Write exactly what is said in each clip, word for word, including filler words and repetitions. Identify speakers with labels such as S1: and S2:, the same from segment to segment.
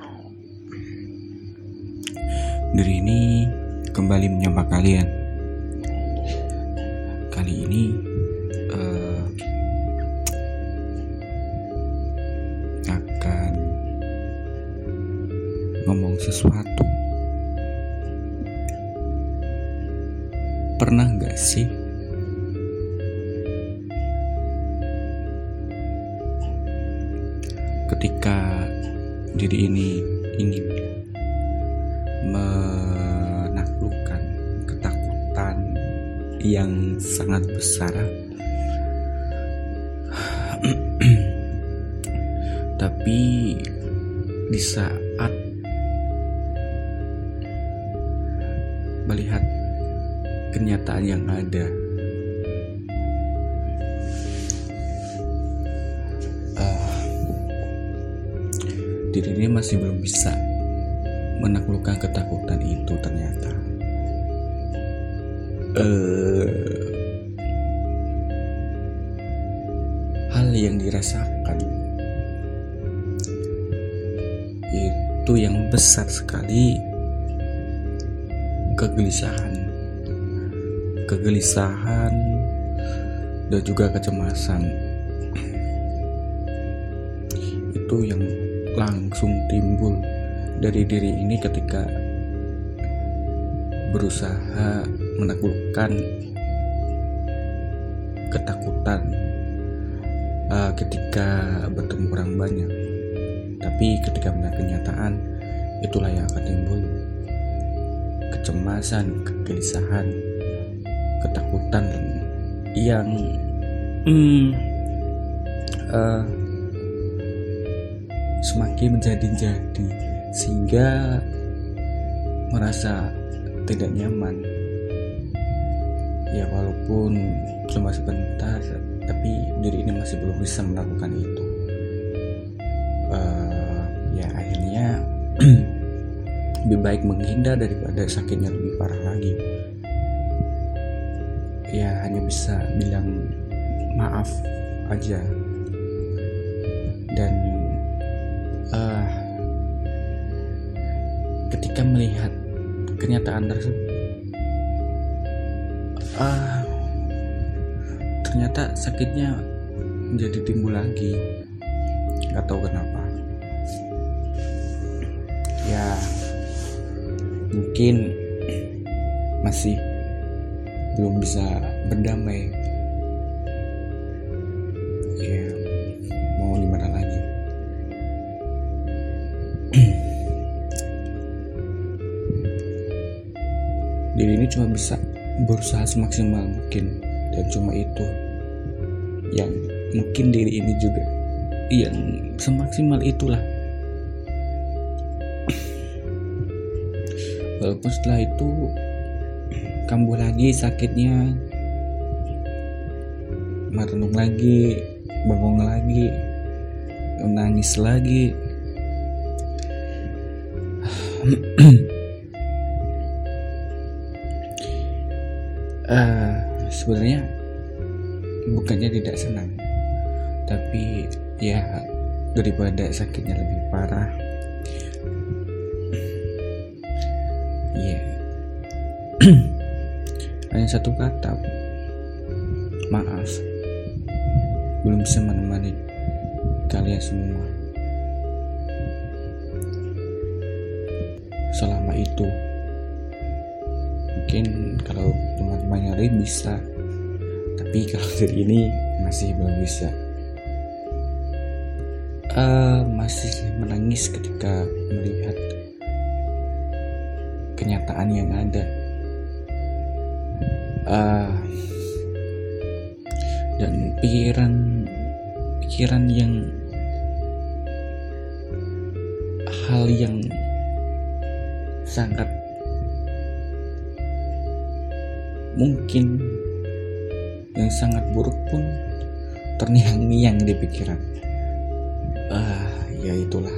S1: Diri ini kembali menyapa kalian. Kali ini uh, akan ngomong sesuatu. Pernah gak sih ketika diri ini ingin menaklukkan ketakutan yang sangat besar, tapi di saat melihat kenyataan yang ada, uh, diri ini masih belum bisa menaklukkan ketakutan itu. Ternyata uh, hal yang dirasakan itu yang besar sekali, kegelisahan kegelisahan dan juga kecemasan. Itu yang langsung timbul dari diri ini ketika berusaha menaklukkan ketakutan uh, ketika bertemu orang banyak. Tapi ketika melihat kenyataan, itulah yang akan timbul kecemasan, kegelisahan, ketakutan yang hmm, uh, semakin menjadi-jadi, sehingga merasa tidak nyaman. Ya walaupun cuma sebentar, tapi diri ini masih belum bisa melakukan itu. Uh, ya akhirnya lebih baik menghindar daripada sakitnya lebih parah lagi. Ya hanya bisa bilang maaf aja. Dan uh, ketika melihat kenyataan tersebut, uh, ternyata sakitnya menjadi timbul lagi. Gak tahu kenapa. Ya mungkin masih belum bisa berdamai. Ya mau gimana lagi. Diri ini cuma bisa berusaha semaksimal mungkin, dan cuma itu yang mungkin diri ini juga yang semaksimal itulah. Walaupun setelah itu kambuh lagi sakitnya, merenung lagi, bangun lagi, menangis lagi. uh, sebenarnya bukannya tidak senang, tapi ya daripada sakitnya lebih parah, ya yeah. Hanya satu kata, maaf, belum bisa menemani kalian semua selama itu. Mungkin kalau teman-teman yang lain bisa, tapi kalau dari ini masih belum bisa. Uh, masih menangis ketika melihat kenyataan yang ada. Uh, dan pikiran pikiran yang hal yang sangat mungkin yang sangat buruk pun terngiang-ngiang di pikiran. Ah, ya itulah.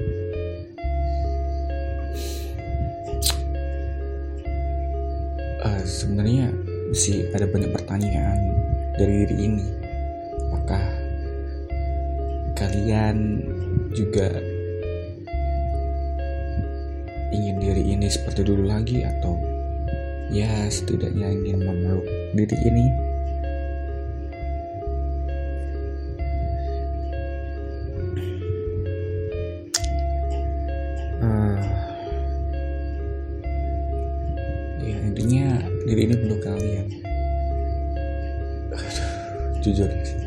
S1: Uh, sebenarnya masih ada banyak pertanyaan dari diri ini. Apakah kalian juga ingin diri ini seperti dulu lagi, atau ya setidaknya ingin memeluk diri ini. Uh, ya intinya diri ini perlu kalian. Aduh, jujur sih.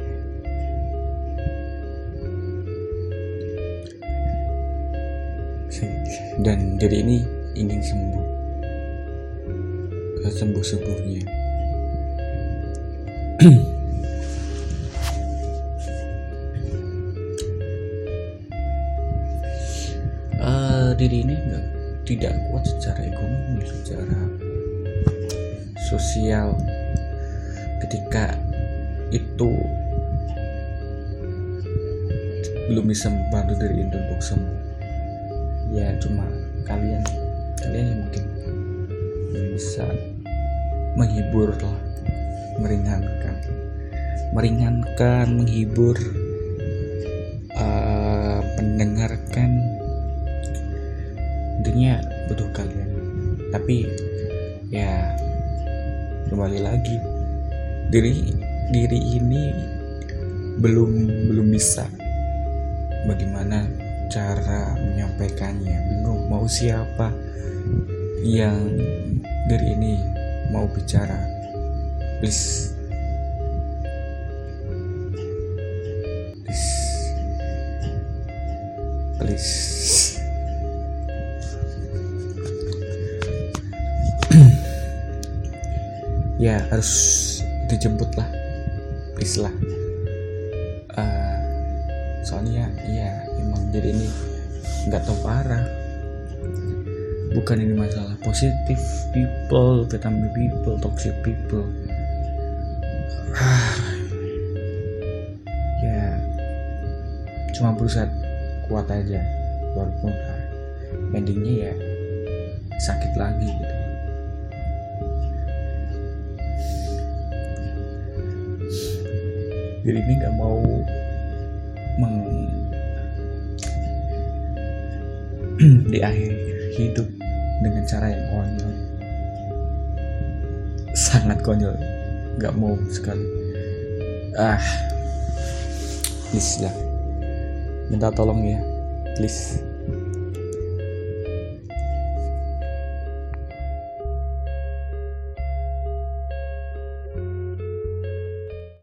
S1: Dan diri ini ingin sembuh, sembuh-sembuhnya. uh, diri ini enggak, tidak kuat secara ekonomi, secara sosial. Ketika itu belum bisa membantu diri ini untuk sembuh, ya cuma kalian kalian yang mungkin yang bisa menghibur lah, meringankan meringankan menghibur, uh, mendengarkan. Intinya butuh kalian. Tapi ya kembali lagi, diri diri ini belum belum bisa bagaimana cara menyampaikannya, bingung mau siapa yang dari ini mau bicara. Please please please ya harus dijemput lah, please lah. uh, soalnya ya emang jadi ini nggak tahu arah. Bukan ini masalah positif people, vitamin people, toxic people. Ya cuma berusaha kuat aja, walaupun endingnya ya sakit lagi gitu. Diri ini nggak mau meng di akhir hidup dengan cara yang konyol, sangat konyol, nggak mau sekali. Ah, please lah, minta tolong ya, please.